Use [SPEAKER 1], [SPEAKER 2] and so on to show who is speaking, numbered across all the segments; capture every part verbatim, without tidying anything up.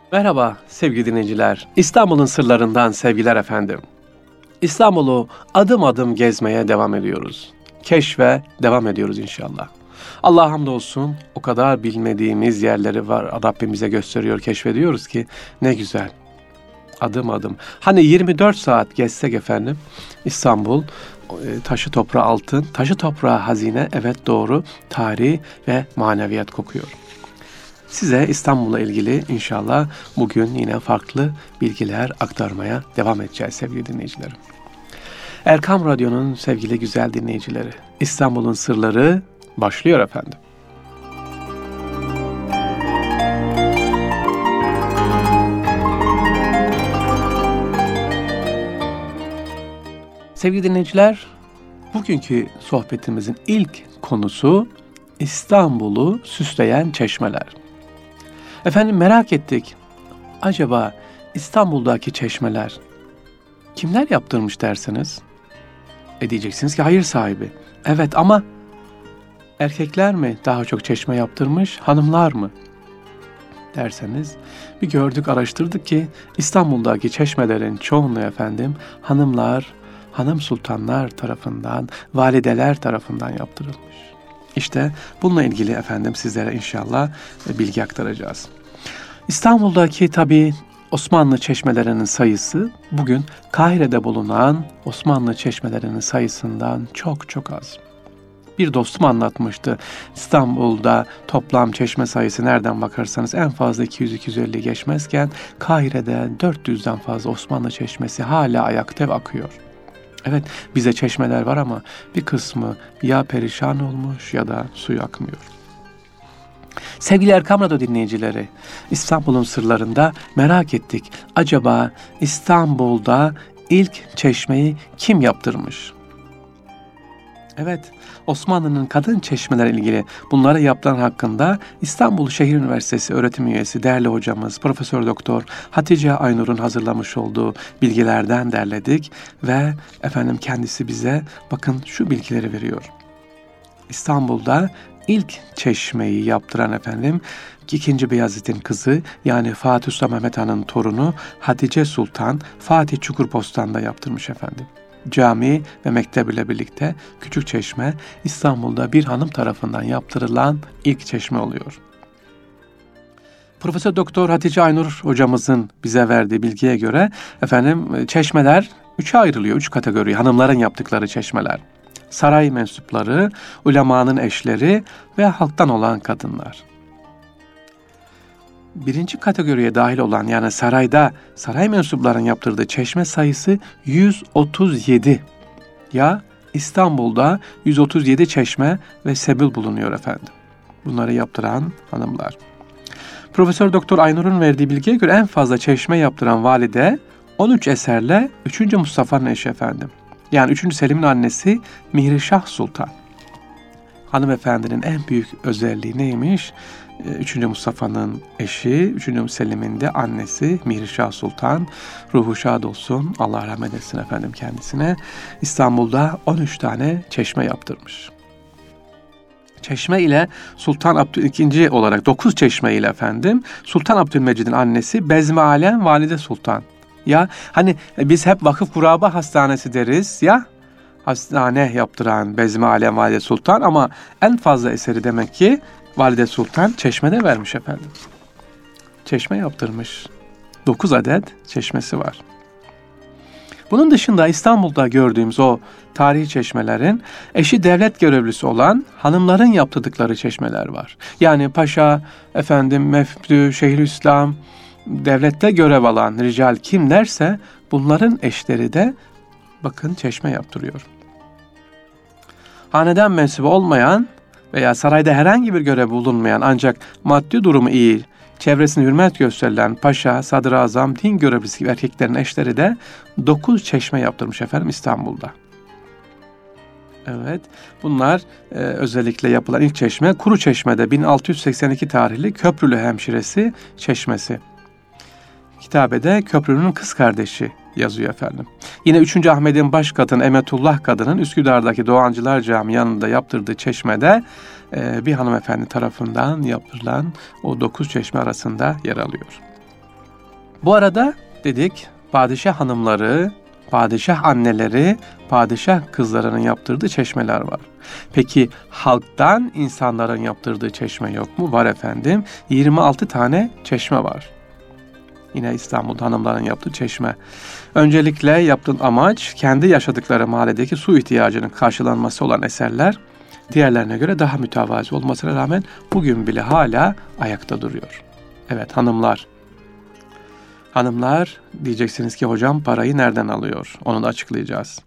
[SPEAKER 1] Merhaba sevgili dinleyiciler. İstanbul'un sırlarından sevgiler efendim. İstanbul'u adım adım gezmeye devam ediyoruz. Keşfe devam ediyoruz inşallah. Allah'a hamdolsun o kadar bilmediğimiz yerleri var. Rabbim bize gösteriyor, keşfediyoruz ki ne güzel. Adım adım. Hani yirmi dört saat gezsek efendim İstanbul taşı toprağı altın, taşı toprağı hazine, evet doğru, tarih ve maneviyat kokuyor. Size İstanbul'la ilgili inşallah bugün yine farklı bilgiler aktarmaya devam edeceğiz sevgili dinleyicilerim. Erkam Radyo'nun sevgili güzel dinleyicileri, İstanbul'un sırları başlıyor efendim. Sevgili dinleyiciler, bugünkü sohbetimizin ilk konusu İstanbul'u süsleyen çeşmeler. Efendim merak ettik. Acaba İstanbul'daki çeşmeler kimler yaptırmış dersiniz? E diyeceksiniz ki hayır sahibi. Evet ama erkekler mi daha çok çeşme yaptırmış, hanımlar mı? Derseniz bir gördük, araştırdık ki İstanbul'daki çeşmelerin çoğunluğu efendim hanımlar, hanım sultanlar tarafından, valideler tarafından yaptırılmış. İşte bununla ilgili efendim sizlere inşallah bilgi aktaracağız. İstanbul'daki tabii Osmanlı çeşmelerinin sayısı bugün Kahire'de bulunan Osmanlı çeşmelerinin sayısından çok çok az. Bir dostum anlatmıştı. İstanbul'da toplam çeşme sayısı nereden bakarsanız en fazla iki yüz iki yüz elli geçmezken Kahire'de dört yüzden fazla Osmanlı çeşmesi hala ayakta ve akıyor. Evet, bize çeşmeler var ama bir kısmı ya perişan olmuş ya da suyu akmıyor. Sevgili Erkam Radyo dinleyicileri, İstanbul'un sırlarında merak ettik. Acaba İstanbul'da ilk çeşmeyi kim yaptırmış? Evet, Osmanlı'nın kadın çeşmeler ilgili bunlara yapılan hakkında İstanbul Şehir Üniversitesi öğretim üyesi değerli hocamız Profesör Doktor Hatice Aynur'un hazırlamış olduğu bilgilerden derledik ve efendim kendisi bize bakın şu bilgileri veriyor. İstanbul'da ilk çeşmeyi yaptıran efendim ikinci. Beyazıt'ın kızı yani Fatih Sultan Mehmet Han'ın torunu Hatice Sultan Fatih Çukurbostan'da yaptırmış efendim. Cami ve mektep ile birlikte Küçükçeşme İstanbul'da bir hanım tarafından yaptırılan ilk çeşme oluyor. Profesör Doktor Hatice Aynur hocamızın bize verdiği bilgiye göre efendim çeşmeler üçe ayrılıyor. Üç kategori hanımların yaptıkları çeşmeler. Saray mensupları, ulemanın eşleri ve halktan olan kadınlar. Birinci kategoriye dahil olan yani sarayda saray mensuplarının yaptırdığı çeşme sayısı yüz otuz yedi. Ya İstanbul'da yüz otuz yedi çeşme ve sebil bulunuyor efendim. Bunları yaptıran hanımlar. Profesör Doktor Aynur'un verdiği bilgiye göre en fazla çeşme yaptıran valide on üç eserle üçüncü. Mustafa'nın eşi efendim. Yani üçüncü. Selim'in annesi Mihrişah Sultan. Hanımefendinin en büyük özelliği neymiş? üçüncü. Mustafa'nın eşi, üçüncü. Selim'in de annesi Mihrişah Sultan. Ruhu şad olsun, Allah rahmet etsin efendim kendisine. İstanbul'da on üç tane çeşme yaptırmış. Çeşme ile Sultan Abdül ikinci. olarak dokuz çeşme ile efendim Sultan Abdülmecid'in annesi Bezmi Alem Valide Sultan. Ya hani biz hep vakıf kuraba hastanesi deriz ya, hastane yaptıran Bezmi Alem Valide Sultan ama en fazla eseri demek ki Valide Sultan çeşmede vermiş efendim. Çeşme yaptırmış. dokuz adet çeşmesi var. Bunun dışında İstanbul'da gördüğümüz o tarihi çeşmelerin eşi devlet görevlisi olan hanımların yaptırdıkları çeşmeler var. Yani paşa, efendim meftü, Şeyhülislam, devlette görev alan rical kimlerse bunların eşleri de bakın çeşme yaptırıyor. Hanedan mensubu olmayan veya sarayda herhangi bir görev bulunmayan ancak maddi durumu iyi, çevresine hürmet gösterilen paşa, sadrazam, din görevlisi gibi erkeklerin eşleri de dokuz çeşme yaptırmış efendim İstanbul'da. Evet, bunlar e, özellikle yapılan ilk çeşme Kuruçeşme'de bin altı yüz seksen iki tarihli Köprülü Hemşiresi Çeşmesi. Kitabede Köprülü'nün kız kardeşi yazıyor efendim. Yine üçüncü. Ahmet'in baş kadını Emetullah kadının Üsküdar'daki Doğancılar Camii yanında yaptırdığı çeşmede e, bir hanımefendi tarafından yapılan o dokuz çeşme arasında yer alıyor. Bu arada dedik padişah hanımları, padişah anneleri, padişah kızlarının yaptırdığı çeşmeler var. Peki halktan insanların yaptırdığı çeşme yok mu? Var efendim. yirmi altı tane çeşme var. Yine İstanbul'da hanımların yaptığı çeşme. Öncelikle yaptığın amaç kendi yaşadıkları mahalledeki su ihtiyacının karşılanması olan eserler diğerlerine göre daha mütevazi olmasına rağmen bugün bile hala ayakta duruyor. Evet hanımlar. Hanımlar diyeceksiniz ki hocam parayı nereden alıyor? Onu da açıklayacağız.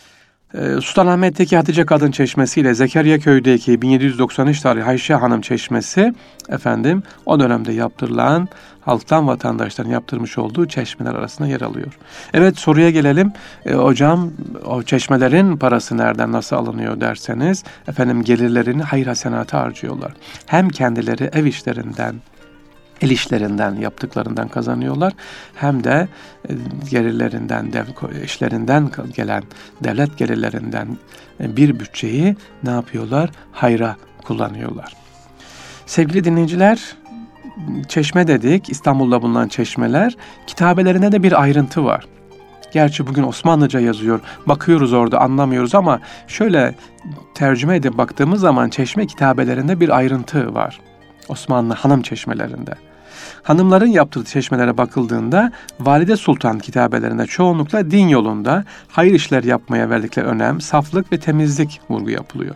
[SPEAKER 1] Ee, Sultanahmet'teki Hatice Kadın Çeşmesi ile Zekeriyaköy'deki bin yedi yüz doksan üç tarihli Ayşe Hanım Çeşmesi efendim o dönemde yaptırılan halktan vatandaşların yaptırmış olduğu çeşmeler arasında yer alıyor. Evet soruya gelelim. E, hocam o çeşmelerin parası nereden nasıl alınıyor derseniz efendim gelirlerini hayır hasenata harcıyorlar. Hem kendileri ev işlerinden el işlerinden, yaptıklarından kazanıyorlar. Hem de e, gelirlerinden, dev, işlerinden gelen devlet gelirlerinden e, bir bütçeyi ne yapıyorlar? Hayra kullanıyorlar. Sevgili dinleyiciler, çeşme dedik, İstanbul'da bulunan çeşmeler, kitabelerinde de bir ayrıntı var. Gerçi bugün Osmanlıca yazıyor, bakıyoruz orada anlamıyoruz ama şöyle tercüme edip baktığımız zaman çeşme kitabelerinde bir ayrıntı var. Osmanlı hanım çeşmelerinde. Hanımların yaptığı çeşmelere bakıldığında Valide Sultan kitabelerinde çoğunlukla din yolunda hayır işler yapmaya verdikleri önem, saflık ve temizlik vurgu yapılıyor.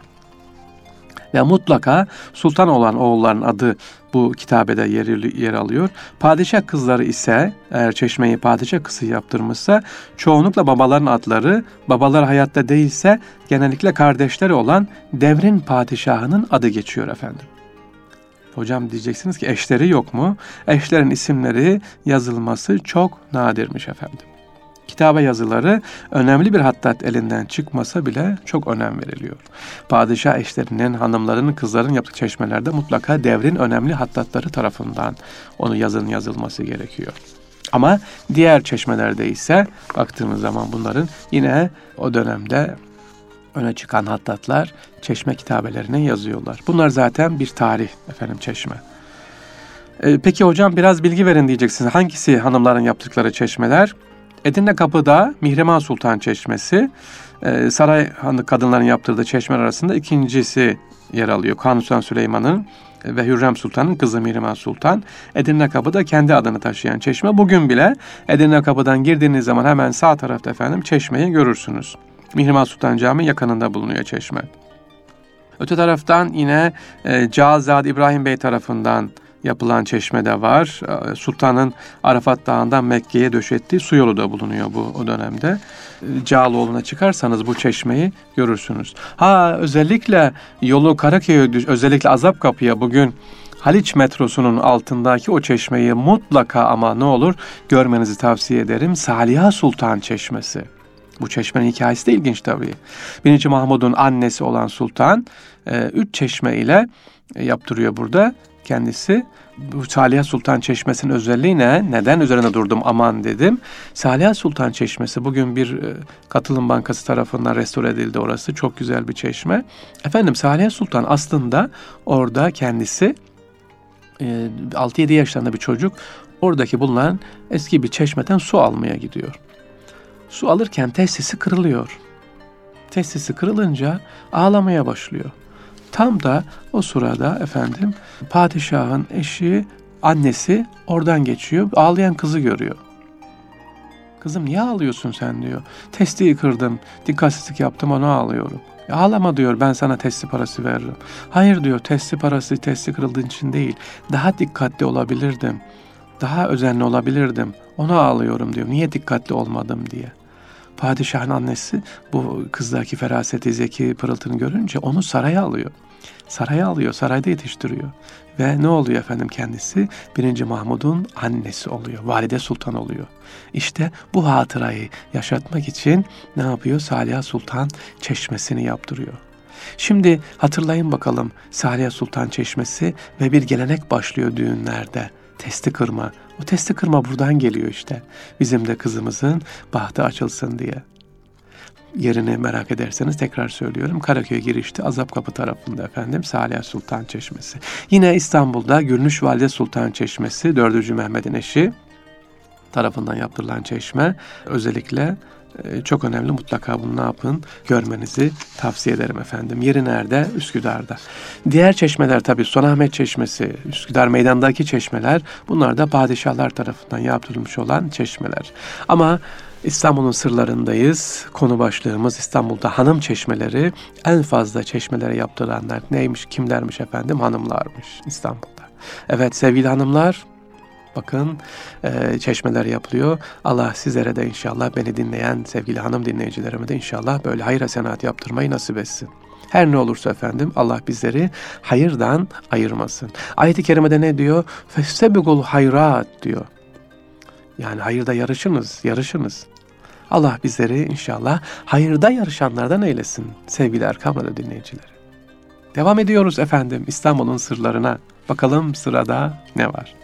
[SPEAKER 1] Ve mutlaka sultan olan oğulların adı bu kitabede yer, yer alıyor. Padişah kızları ise eğer çeşmeyi padişah kızı yaptırmışsa çoğunlukla babaların adları, babalar hayatta değilse genellikle kardeşleri olan devrin padişahının adı geçiyor efendim. Hocam diyeceksiniz ki eşleri yok mu? Eşlerin isimleri yazılması çok nadirmiş efendim. Kitabe yazıları önemli bir hattat elinden çıkmasa bile çok önem veriliyor. Padişah eşlerinin, hanımlarının, kızların yaptığı çeşmelerde mutlaka devrin önemli hattatları tarafından onu yazının yazılması gerekiyor. Ama diğer çeşmelerde ise baktığımız zaman bunların yine o dönemde öne çıkan hattatlar çeşme kitabelerine yazıyorlar. Bunlar zaten bir tarih efendim çeşme. Ee, peki hocam biraz bilgi verin diyeceksiniz. Hangisi hanımların yaptıkları çeşmeler? Edirne Kapı'da Mihrimah Sultan Çeşmesi, e, saray hanı kadınların yaptırdığı çeşmeler arasında ikincisi yer alıyor. Kanuni Sultan Süleyman'ın ve Hürrem Sultan'ın kızı Mihrimah Sultan. Edirne Kapı'da kendi adını taşıyan çeşme. Bugün bile Edirne Kapı'dan girdiğiniz zaman hemen sağ tarafta efendim çeşmeyi görürsünüz. Mihrimah Sultan Camii yakınında bulunuyor çeşme. Öte taraftan yine e, Cağazade İbrahim Bey tarafından yapılan çeşme de var. Sultanın Arafat Dağı'ndan Mekke'ye döşettiği su yolu da bulunuyor bu o dönemde. Cağaloğlu'na çıkarsanız bu çeşmeyi görürsünüz. Ha özellikle yolu Karaköy'e, özellikle Azapkapı'ya bugün Haliç metrosunun altındaki o çeşmeyi mutlaka ama ne olur görmenizi tavsiye ederim. Saliha Sultan Çeşmesi. Bu çeşmenin hikayesi de ilginç tabii. Birinci Mahmud'un annesi olan sultan e, üç çeşme ile e, yaptırıyor burada kendisi. Bu Saliha Sultan Çeşmesi'nin özelliği ne? Neden üzerine durdum aman dedim. Saliha Sultan Çeşmesi bugün bir e, katılım bankası tarafından restore edildi orası. Çok güzel bir çeşme. Efendim Saliha Sultan aslında orada kendisi e, altı yedi yaşlarında bir çocuk oradaki bulunan eski bir çeşmeden su almaya gidiyor. Su alırken testisi kırılıyor. Testisi kırılınca ağlamaya başlıyor. Tam da o sırada efendim padişahın eşi, annesi oradan geçiyor. Ağlayan kızı görüyor. Kızım niye ağlıyorsun sen diyor. Testiyi kırdım, dikkatsizlik yaptım ona ağlıyorum. E, ağlama diyor ben sana testi parası veririm. Hayır diyor testi parası testi kırıldığın için değil. Daha dikkatli olabilirdim. Daha özenli olabilirdim. Ona ağlıyorum diyor. Niye dikkatli olmadım diye. Padişahın annesi bu kızdaki feraseti, zeki, pırıltını görünce onu saraya alıyor. Saraya alıyor, sarayda yetiştiriyor. Ve ne oluyor efendim kendisi? Birinci Mahmud'un annesi oluyor, Valide Sultan oluyor. İşte bu hatırayı yaşatmak için ne yapıyor? Saliha Sultan Çeşmesi'ni yaptırıyor. Şimdi hatırlayın bakalım Saliha Sultan Çeşmesi ve bir gelenek başlıyor düğünlerde. Testi kırma. O testi kırma buradan geliyor işte. Bizim de kızımızın bahtı açılsın diye. Yerini merak ederseniz tekrar söylüyorum. Karaköy girişte Azapkapı tarafında efendim Saliha Sultan Çeşmesi. Yine İstanbul'da Gülnüş Valide Sultan Çeşmesi, dördüncü Mehmet'in eşi. tarafından yaptırılan çeşme. Özellikle çok önemli, mutlaka bunu ne yapın? Görmenizi tavsiye ederim efendim. Yeri nerede? Üsküdar'da. Diğer çeşmeler tabii Sultanahmet Çeşmesi, Üsküdar Meydan'daki çeşmeler, bunlar da padişahlar tarafından yaptırılmış olan çeşmeler. Ama İstanbul'un sırlarındayız. Konu başlığımız İstanbul'da hanım çeşmeleri. En fazla çeşmelere yaptıranlar neymiş, kimlermiş efendim? Hanımlarmış İstanbul'da. Evet sevgili hanımlar, bakın e, çeşmeler yapılıyor. Allah sizlere de inşallah, beni dinleyen sevgili hanım dinleyicilerime de inşallah böyle hayır hasenat yaptırmayı nasip etsin. Her ne olursa efendim Allah bizleri hayırdan ayırmasın. Ayet-i kerimede ne diyor? Festebigul hayrat diyor. Yani hayırda yarışınız, yarışınız. Allah bizleri inşallah hayırda yarışanlardan eylesin sevgili Erkam Radyo dinleyicileri. Devam ediyoruz efendim İstanbul'un sırlarına. Bakalım sırada ne var?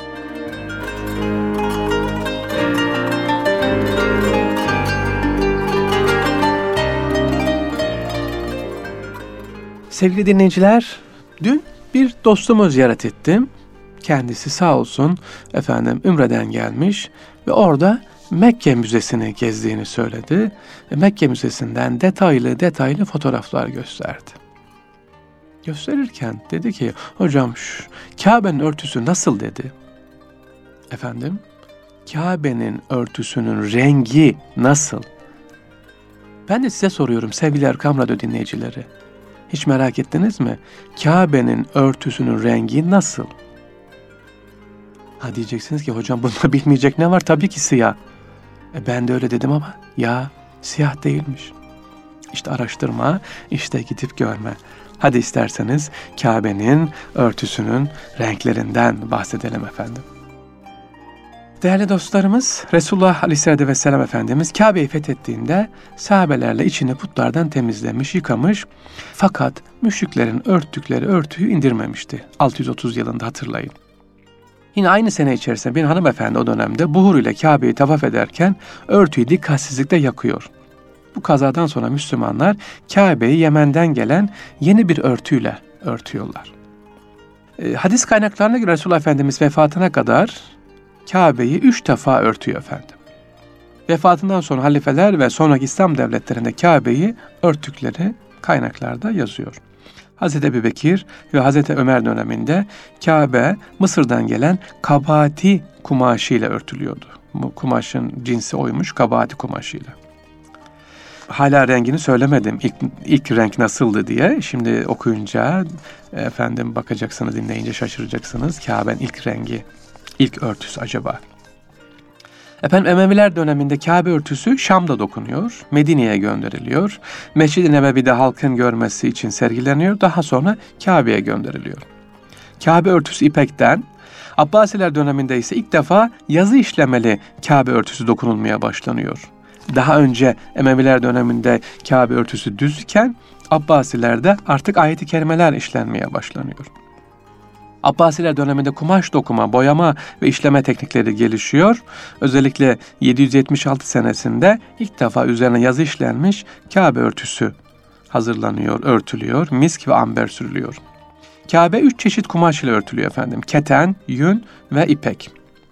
[SPEAKER 1] Sevgili dinleyiciler, dün bir dostumu ziyaret ettim. Kendisi sağ olsun efendim Ümre'den gelmiş ve orada Mekke Müzesi'ni gezdiğini söyledi. Ve Mekke Müzesi'nden detaylı detaylı fotoğraflar gösterdi. Gösterirken dedi ki, hocam şu Kabe'nin örtüsü nasıl dedi. Efendim, Kabe'nin örtüsünün rengi nasıl? Ben de size soruyorum sevgili Erkam Radyo dinleyicileri. Hiç merak ettiniz mi? Kabe'nin örtüsünün rengi nasıl? Ha diyeceksiniz ki hocam bunda bilmeyecek ne var? Tabii ki siyah. E ben de öyle dedim ama ya siyah değilmiş. İşte araştırma, işte gidip görme. Hadi isterseniz Kabe'nin örtüsünün renklerinden bahsedelim efendim. Değerli dostlarımız, Resulullah Aleyhisselatü Vesselam Efendimiz Kabe'yi fethettiğinde sahabelerle içini putlardan temizlemiş, yıkamış. Fakat müşriklerin örttükleri örtüyü indirmemişti. altı yüz otuz yılında hatırlayın. Yine aynı sene içerisinde bir hanımefendi o dönemde buhur ile Kabe'yi tavaf ederken örtüyü dikkatsizlikle yakıyor. Bu kazadan sonra Müslümanlar Kabe'yi Yemen'den gelen yeni bir örtüyle örtüyorlar. E, hadis kaynaklarına göre Resulullah Efendimiz vefatına kadar Kabe'yi üç defa örtüyor efendim. Vefatından sonra halifeler ve sonraki İslam devletlerinde Kabe'yi örttükleri kaynaklarda yazıyor. Hazreti Ebubekir ve Hazreti Ömer döneminde Kabe Mısır'dan gelen kabati kumaşıyla örtülüyordu. Bu kumaşın cinsi oymuş, kabati kumaşıyla. Hala rengini söylemedim. İlk, ilk renk nasıldı diye. Şimdi okuyunca efendim bakacaksınız, dinleyince şaşıracaksınız. Kabe'nin ilk rengi, ilk örtüsü acaba? Efendim Emeviler döneminde Kabe örtüsü Şam'da dokunuyor, Medine'ye gönderiliyor. Mescid-i Nebevi'de halkın görmesi için sergileniyor. Daha sonra Kabe'ye gönderiliyor. Kabe örtüsü ipekten, Abbasiler döneminde ise ilk defa yazı işlemeli Kabe örtüsü dokunulmaya başlanıyor. Daha önce Emeviler döneminde Kabe örtüsü düzken Abbasilerde artık ayet-i kerimeler işlenmeye başlanıyor. Abbasiler döneminde kumaş dokuma, boyama ve işleme teknikleri gelişiyor. Özellikle yedi yüz yetmiş altı senesinde ilk defa üzerine yazı işlenmiş Kabe örtüsü hazırlanıyor, örtülüyor, misk ve amber sürülüyor. Kabe üç çeşit kumaş ile örtülüyor efendim. Keten, yün ve ipek.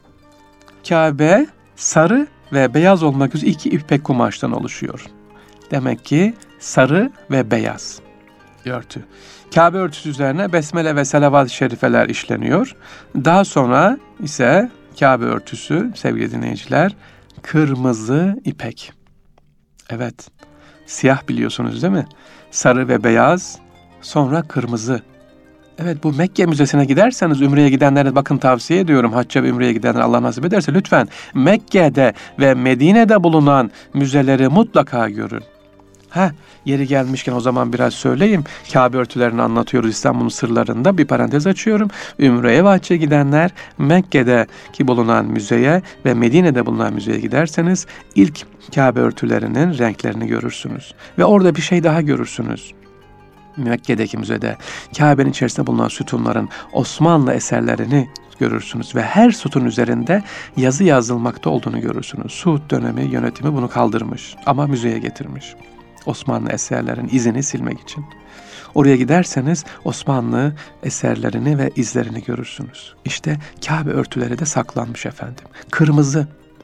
[SPEAKER 1] Kabe sarı ve beyaz olmak üzere iki ipek kumaştan oluşuyor. Demek ki sarı ve beyaz örtü. Kabe örtüsü üzerine besmele ve salavat-ı şerifeler işleniyor. Daha sonra ise Kabe örtüsü sevgili dinleyiciler kırmızı ipek. Evet, siyah biliyorsunuz değil mi? Sarı ve beyaz, sonra kırmızı. Evet, bu Mekke Müzesi'ne giderseniz Ümre'ye gidenlere bakın tavsiye ediyorum. Hacca ve Ümre'ye gidenler Allah nasip ederse lütfen Mekke'de ve Medine'de bulunan müzeleri mutlaka görün. Ha, yeri gelmişken o zaman biraz söyleyeyim. Kabe örtülerini anlatıyoruz İstanbul'un sırlarında. Bir parantez açıyorum. Ümre'ye ve hacca gidenler Mekke'deki bulunan müzeye ve Medine'de bulunan müzeye giderseniz ilk Kabe örtülerinin renklerini görürsünüz. Ve orada bir şey daha görürsünüz. Mekke'deki müzede Kabe'nin içerisinde bulunan sütunların Osmanlı eserlerini görürsünüz ve her sütun üzerinde yazı yazılmakta olduğunu görürsünüz. Suud dönemi yönetimi bunu kaldırmış ama müzeye getirmiş. Osmanlı eserlerin izini silmek için. Oraya giderseniz Osmanlı eserlerini ve izlerini görürsünüz. İşte Kabe örtüleri de saklanmış efendim. Kırmızı.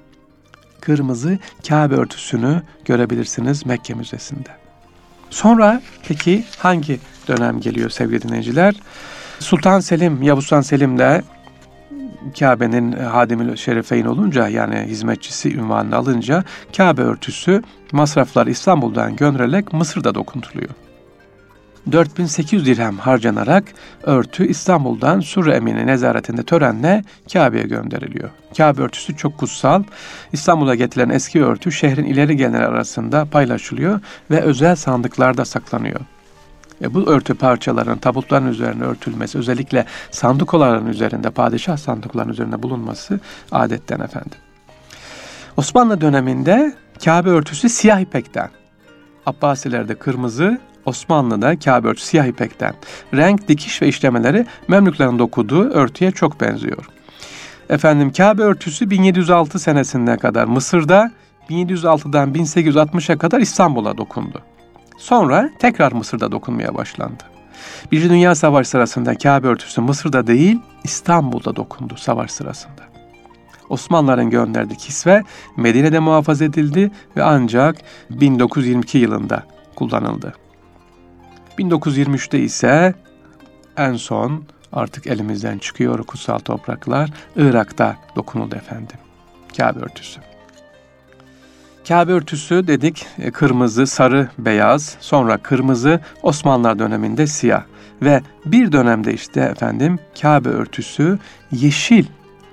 [SPEAKER 1] kırmızı Kabe örtüsünü görebilirsiniz Mekke Müzesi'nde. Sonra peki hangi dönem geliyor sevgili dinleyiciler? Sultan Selim, Yavuz Sultan Selim de Kabe'nin hadimül şerifeyn olunca, yani hizmetçisi ünvanını alınca Kabe örtüsü masraflar İstanbul'dan gönderilerek Mısır'da dokuntuluyor. dört bin sekiz yüz dirhem harcanarak örtü İstanbul'dan Surre Emini nezaretinde törenle Kabe'ye gönderiliyor. Kabe örtüsü çok kutsal. İstanbul'a getirilen eski örtü şehrin ileri gelenleri arasında paylaşılıyor ve özel sandıklarda saklanıyor. E bu örtü parçalarının tabutların üzerine örtülmesi, özellikle sandukoların üzerinde, padişah sandukoların üzerinde bulunması adetten efendim. Osmanlı döneminde Kabe örtüsü siyah ipekten. Abbasilerde kırmızı, Osmanlı'da Kabe örtüsü siyah ipekten. Renk, dikiş ve işlemeleri Memlüklerin dokuduğu örtüye çok benziyor. Efendim Kabe örtüsü bin yedi yüz altı senesine kadar Mısır'da, bin yedi yüz altıdan bin sekiz yüz altmışa kadar İstanbul'a dokundu. Sonra tekrar Mısır'da dokunmaya başlandı. Birinci Dünya Savaşı sırasında Kabe örtüsü Mısır'da değil, İstanbul'da dokundu savaş sırasında. Osmanlıların gönderdiği kisve Medine'de muhafaza edildi ve ancak bin dokuz yüz yirmi iki yılında kullanıldı. bin dokuz yüz yirmi üçte ise en son artık elimizden çıkıyor kutsal topraklar, Irak'ta dokunuldu efendim Kabe örtüsü. Kabe örtüsü dedik kırmızı, sarı, beyaz, sonra kırmızı, Osmanlılar döneminde siyah ve bir dönemde işte efendim Kabe örtüsü yeşil.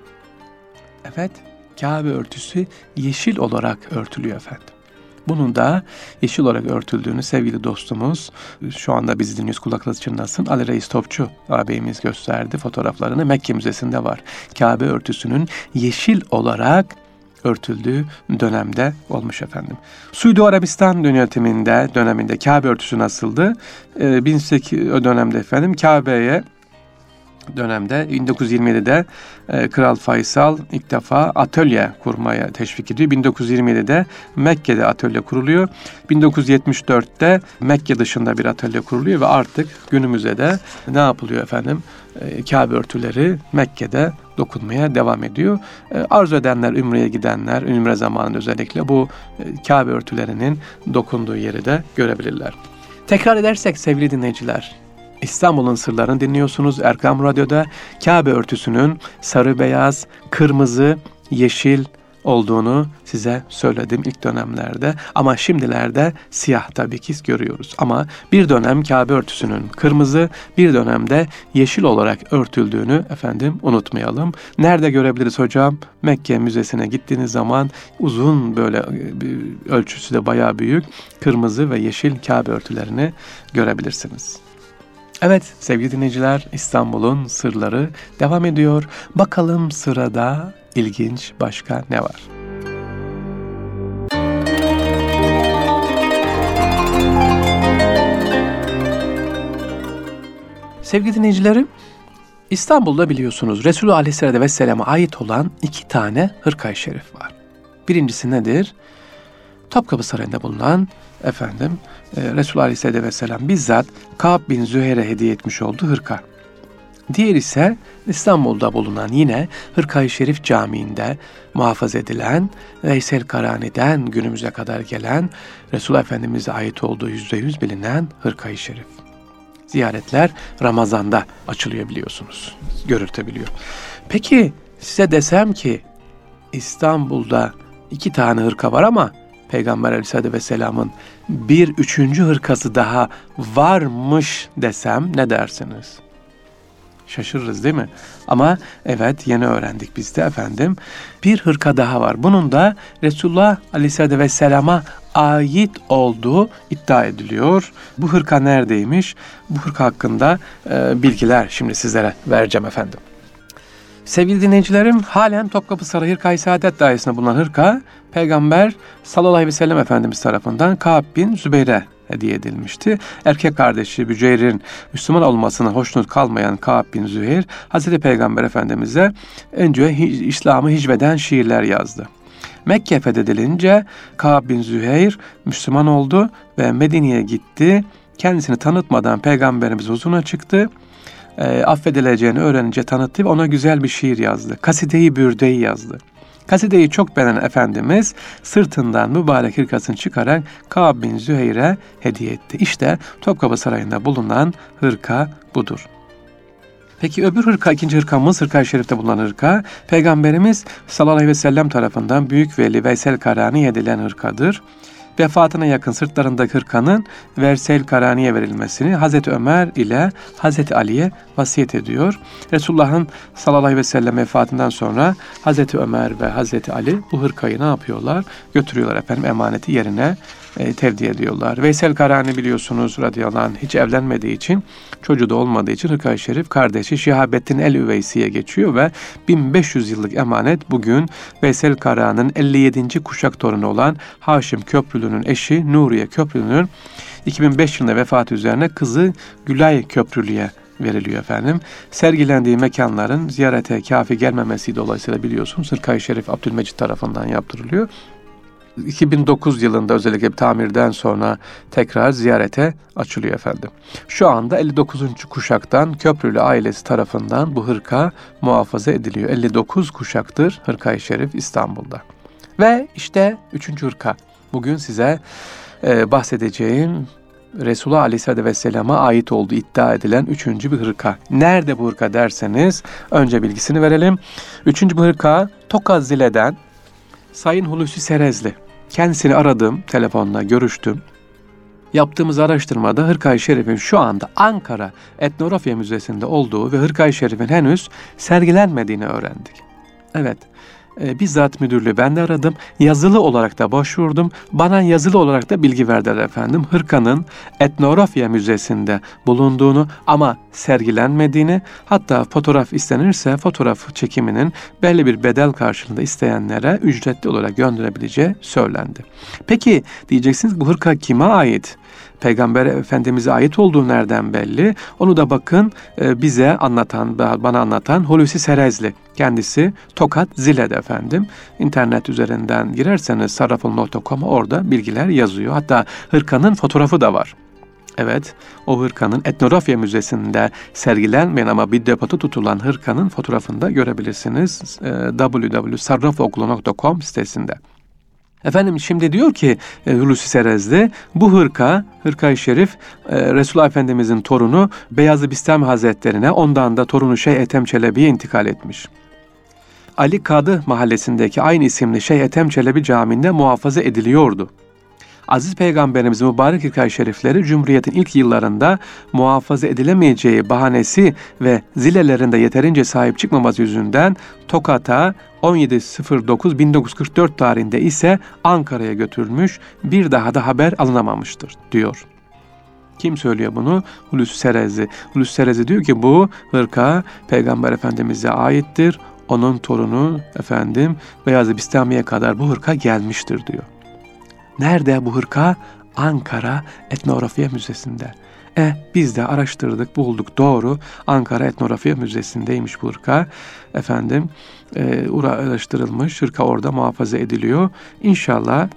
[SPEAKER 1] Evet, Kabe örtüsü yeşil olarak örtülüyor efendim. Bunun da yeşil olarak örtüldüğünü sevgili dostumuz, şu anda bizi dinliyoruz, kulaklarınız çınlasın, Ali Reis Topçu ağabeyimiz gösterdi fotoğraflarını, Mekke Müzesi'nde var. Kabe örtüsünün yeşil olarak örtüldüğü dönemde olmuş efendim. Suudi Arabistan yönetiminde döneminde Kabe örtüsü nasıldı? Ee, bin sekiz yüz o dönemde efendim Kabe'ye dönemde bin dokuz yüz yirmi yedide e, Kral Faysal ilk defa atölye kurmaya teşvik ediyor. bin dokuz yüz yirmi yedide Mekke'de atölye kuruluyor. bin dokuz yüz yetmiş dörtte Mekke dışında bir atölye kuruluyor ve artık günümüzde de ne yapılıyor efendim? E, Kabe örtüleri Mekke'de dokunmaya devam ediyor. E, arzu edenler, Ümre'ye gidenler, Ümre zamanında özellikle bu e, Kabe örtülerinin dokunduğu yeri de görebilirler. Tekrar edersek sevgili dinleyiciler, İstanbul'un sırlarını dinliyorsunuz Erkam Radyo'da. Kabe örtüsünün sarı, beyaz, kırmızı, yeşil olduğunu size söyledim ilk dönemlerde. Ama şimdilerde siyah tabii ki görüyoruz. Ama bir dönem Kabe örtüsünün kırmızı, bir dönemde yeşil olarak örtüldüğünü efendim unutmayalım. Nerede görebiliriz hocam? Mekke Müzesi'ne gittiğiniz zaman uzun, böyle ölçüsü de bayağı büyük kırmızı ve yeşil Kabe örtülerini görebilirsiniz. Evet sevgili dinleyiciler, İstanbul'un sırları devam ediyor. Bakalım sırada ilginç başka ne var? Sevgili dinleyicilerim, İstanbul'da biliyorsunuz Resulü Aleyhisselatü Vesselam'a ait olan iki tane hırka-i şerif var. Birincisi nedir? Topkapı Sarayı'nda bulunan efendim e, Resulü Aleyhisselatü Vesselam bizzat Ka'b bin Züheyr'e hediye etmiş olduğu hırka. Diğer ise İstanbul'da bulunan yine Hırka-i Şerif Camii'nde muhafaza edilen, Veysel Karani'den günümüze kadar gelen Resulullah Efendimiz'e ait olduğu yüzde yüz bilinen Hırka-i Şerif. Ziyaretler Ramazan'da açılıyor biliyorsunuz, görültebiliyor. Peki size desem ki İstanbul'da iki tane hırka var ama Peygamber Aleyhisselatü Vesselam'ın bir üçüncü hırkası daha varmış desem ne dersiniz? Şaşırırız değil mi? Ama evet, yeni öğrendik biz de efendim. Bir hırka daha var. Bunun da Resulullah Aleyhisselatü Vesselam'a ait olduğu iddia ediliyor. Bu hırka neredeymiş? Bu hırka hakkında e, bilgiler şimdi sizlere vereceğim efendim. Sevgili dinleyicilerim, halen Topkapı Sarayı Hırka-i Saadet dairesinde bulunan hırka, Peygamber sallallahu aleyhi ve sellem Efendimiz tarafından Ka'b bin Zübeyr'e hediye edilmişti. Erkek kardeşi Büceyr'in Müslüman olmasına hoşnut kalmayan Ka'b bin Züheyr, Hazreti Peygamber Efendimiz'e önce İslam'ı hicveden şiirler yazdı. Mekke fethedilince Ka'b bin Züheyr Müslüman oldu ve Medine'ye gitti. Kendisini tanıtmadan Peygamberimiz huzuruna çıktı. E, affedileceğini öğrenince tanıttı ve ona güzel bir şiir yazdı. Kaside-i Bürde'yi yazdı. Kasideyi çok beğenen Efendimiz sırtından mübarek hırkasını çıkarak Kâb bin Züheyr'e hediye etti. İşte Topkapı Sarayı'nda bulunan hırka budur. Peki öbür hırka, ikinci hırkamız Hırka-i Şerif'te bulunan hırka, Peygamberimiz sallallahu aleyhi ve sellem tarafından Büyük Veli Veysel Karani'ye edilen hırkadır. Vefatına yakın sırtlarındaki hırkanın Veysel Karani'ye verilmesini Hazreti Ömer ile Hazreti Ali'ye vasiyet ediyor. Resulullah'ın sallallahu aleyhi ve sellem vefatından sonra Hazreti Ömer ve Hazreti Ali bu hırkayı ne yapıyorlar? Götürüyorlar efendim, emaneti yerine e, tevdi ediyorlar. Veysel Karani biliyorsunuz radıyallahu anh hiç evlenmediği için, çocuğu da olmadığı için Hırka-i Şerif kardeşi Şihabettin el-Üveysi'ye geçiyor ve bin beş yüz yıllık emanet bugün Veysel Karani'nin elli yedinci kuşak torunu olan Haşim Köprülü'nün eşi Nuriye Köprülü'nün iki bin beş yılında vefatı üzerine kızı Gülay Köprülü'ye veriliyor efendim. Sergilendiği mekanların ziyarete kafi gelmemesi dolayısıyla biliyorsunuz Hırka-i Şerif Abdülmecid tarafından yaptırılıyor. iki bin dokuz yılında özellikle bir tamirden sonra tekrar ziyarete açılıyor efendim. Şu anda elli dokuzuncu kuşaktan Köprülü ailesi tarafından bu hırka muhafaza ediliyor. elli dokuz kuşaktır Hırka-i Şerif İstanbul'da. Ve işte üçüncü hırka. Bugün size e, bahsedeceğim Resulullah Aleyhisselatü Vesselam'a ait olduğu iddia edilen üçüncü bir hırka. Nerede bu hırka derseniz önce bilgisini verelim. Üçüncü bir hırka Tokat Zile'den Sayın Hulusi Serezli. Kendisini aradım, telefonla görüştüm. Yaptığımız araştırmada Hırka-i Şerif'in şu anda Ankara Etnografya Müzesi'nde olduğu ve Hırka-i Şerif'in henüz sergilenmediğini öğrendik. Evet, e, bizzat müdürlüğü ben de aradım. Yazılı olarak da başvurdum. Bana yazılı olarak da bilgi verdiler efendim. Hırkanın Etnografya Müzesi'nde bulunduğunu ama sergilenmediğini, hatta fotoğraf istenirse fotoğraf çekiminin belli bir bedel karşılığında isteyenlere ücretli olarak gönderebileceği söylendi. Peki diyeceksiniz, bu hırka kime ait? Peygamber Efendimiz'e ait olduğu nereden belli? Onu da bakın e, bize anlatan, bana anlatan Hulusi Serezli. Kendisi Tokat Zile'de efendim. İnternet üzerinden girerseniz sarraful nokta com'a orada bilgiler yazıyor. Hatta hırkanın fotoğrafı da var. Evet, o hırkanın Etnografya Müzesi'nde sergilenmeyen ama bir depoda tutulan hırkanın fotoğrafını da görebilirsiniz. E, double-u double-u double-u nokta sarrafokulu nokta com sitesinde. Efendim şimdi diyor ki e, Hulusi Serezli, bu hırka, Hırka-i Şerif e, Resulullah Efendimizin torunu Beyazı Bistami Hazretlerine, ondan da torunu Şeyh Ethem Çelebi'ye intikal etmiş. Ali Kadı mahallesindeki aynı isimli Şeyh Ethem Çelebi Camii'nde muhafaza ediliyordu. Aziz Peygamberimizin mübarek Hırka-i Şerifleri Cumhuriyet'in ilk yıllarında muhafaza edilemeyeceği bahanesi ve zilelerinde yeterince sahip çıkmaması yüzünden Tokat'a on yedi dokuz bin dokuz yüz kırk dört tarihinde ise Ankara'ya götürülmüş, bir daha da haber alınamamıştır diyor. Kim söylüyor bunu? Hulusi Serezli. Hulusi Serezli diyor ki bu hırka Peygamber Efendimiz'e aittir. Onun torunu efendim Beyazı Bistami'ye kadar bu hırka gelmiştir diyor. Nerede bu hırka? Ankara Etnografya Müzesi'nde. E biz de araştırdık, bulduk, doğru. Ankara Etnografya Müzesi'ndeymiş bu hırka. Efendim e, araştırılmış, hırka orada muhafaza ediliyor. İnşallah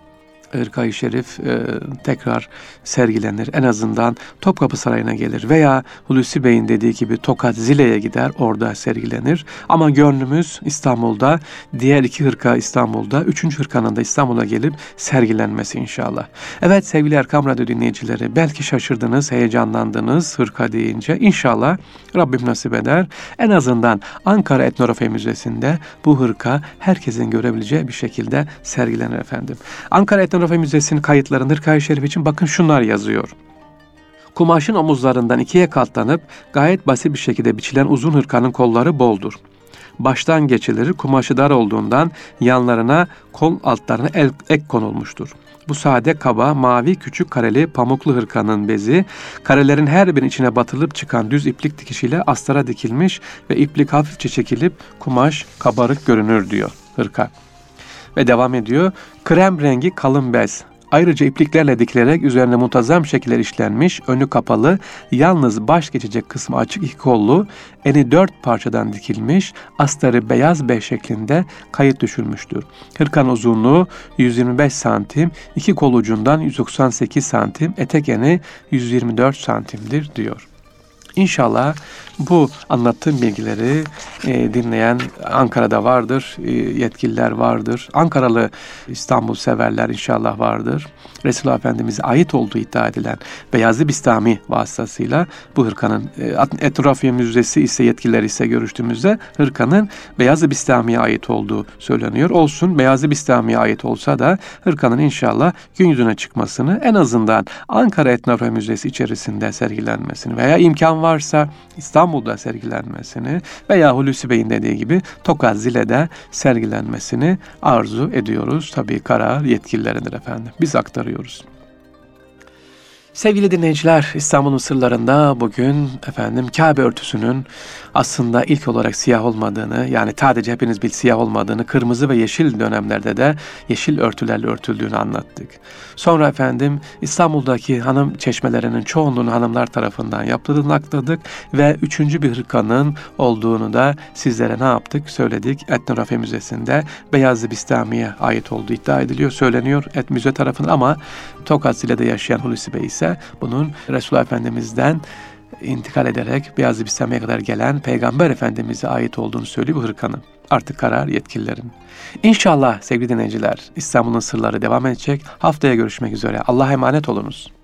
[SPEAKER 1] Hırka-i Şerif e, tekrar sergilenir. En azından Topkapı Sarayı'na gelir veya Hulusi Bey'in dediği gibi Tokat Zile'ye gider, orada sergilenir. Ama gönlümüz İstanbul'da, diğer iki hırka İstanbul'da, üçüncü hırkanın da İstanbul'a gelip sergilenmesi inşallah. Evet sevgili Erkam Radyo dinleyicileri, belki şaşırdınız, heyecanlandınız hırka deyince. İnşallah Rabbim nasip eder. En azından Ankara Etnografya Müzesi'nde bu hırka herkesin görebileceği bir şekilde sergilenir efendim. Ankara Etnografya Müzesi'nin kayıtlarında Hırka-i Şerif için bakın şunlar yazıyor. Kumaşın omuzlarından ikiye katlanıp gayet basit bir şekilde biçilen uzun hırkanın kolları boldur. Baştan geçilir, kumaşı dar olduğundan yanlarına, kol altlarına el, ek konulmuştur. Bu sade kaba, mavi, küçük kareli pamuklu hırkanın bezi, karelerin her birinin içine batılıp çıkan düz iplik dikişiyle astara dikilmiş ve iplik hafifçe çekilip kumaş kabarık görünür diyor hırka. Ve devam ediyor. Krem rengi kalın bez. Ayrıca ipliklerle dikilerek üzerine muntazam şekiller işlenmiş, önü kapalı, yalnız baş geçecek kısmı açık iki kollu, eni dört parçadan dikilmiş, astarı beyaz bez şeklinde kayıt düşülmüştür. Hırkanın uzunluğu yüz yirmi beş santim, iki kol ucundan yüz doksan sekiz santim, etek eni yüz yirmi dört santimdir diyor. İnşallah Bu anlattığım bilgileri e, dinleyen Ankara'da vardır, e, yetkililer vardır. Ankaralı İstanbul severler inşallah vardır. Resulullah Efendimiz'e ait olduğu iddia edilen Beyazı Bistami vasıtasıyla bu hırkanın e, Etnografya Müzesi ise yetkililer ise görüştüğümüzde hırkanın Beyazı Bistami'ye ait olduğu söyleniyor. Olsun Beyazı Bistami'ye ait olsa da hırkanın inşallah gün yüzüne çıkmasını, en azından Ankara Etnografya Müzesi içerisinde sergilenmesini veya imkan varsa İstanbul'da sergilenmesini veya Hulusi Bey'in dediği gibi Tokat Zile'de sergilenmesini arzu ediyoruz. Tabii karar yetkililerindir efendim. Biz aktarıyoruz. Sevgili dinleyiciler, İstanbul'un sırlarında bugün efendim Kabe örtüsünün aslında ilk olarak siyah olmadığını, yani sadece hepiniz bil siyah olmadığını, kırmızı ve yeşil dönemlerde de yeşil örtülerle örtüldüğünü anlattık. Sonra efendim İstanbul'daki hanım çeşmelerinin çoğunluğunu hanımlar tarafından yapıldığını aktardık ve üçüncü bir hırkanın olduğunu da sizlere ne yaptık? Söyledik. Etnografya Müzesi'nde Beyazı Bistami'ye ait olduğu iddia ediliyor, söyleniyor et müze tarafından, ama Tokat Zile'de yaşayan Hulusi Bey ise bunun Resulullah Efendimiz'den intikal ederek Beyazı Bistami'ye kadar gelen Peygamber Efendimiz'e ait olduğunu söylüyor bu hırkanın. Artık karar yetkililerin. İnşallah sevgili dinleyiciler, İstanbul'un sırları devam edecek. Haftaya görüşmek üzere. Allah'a emanet olunuz.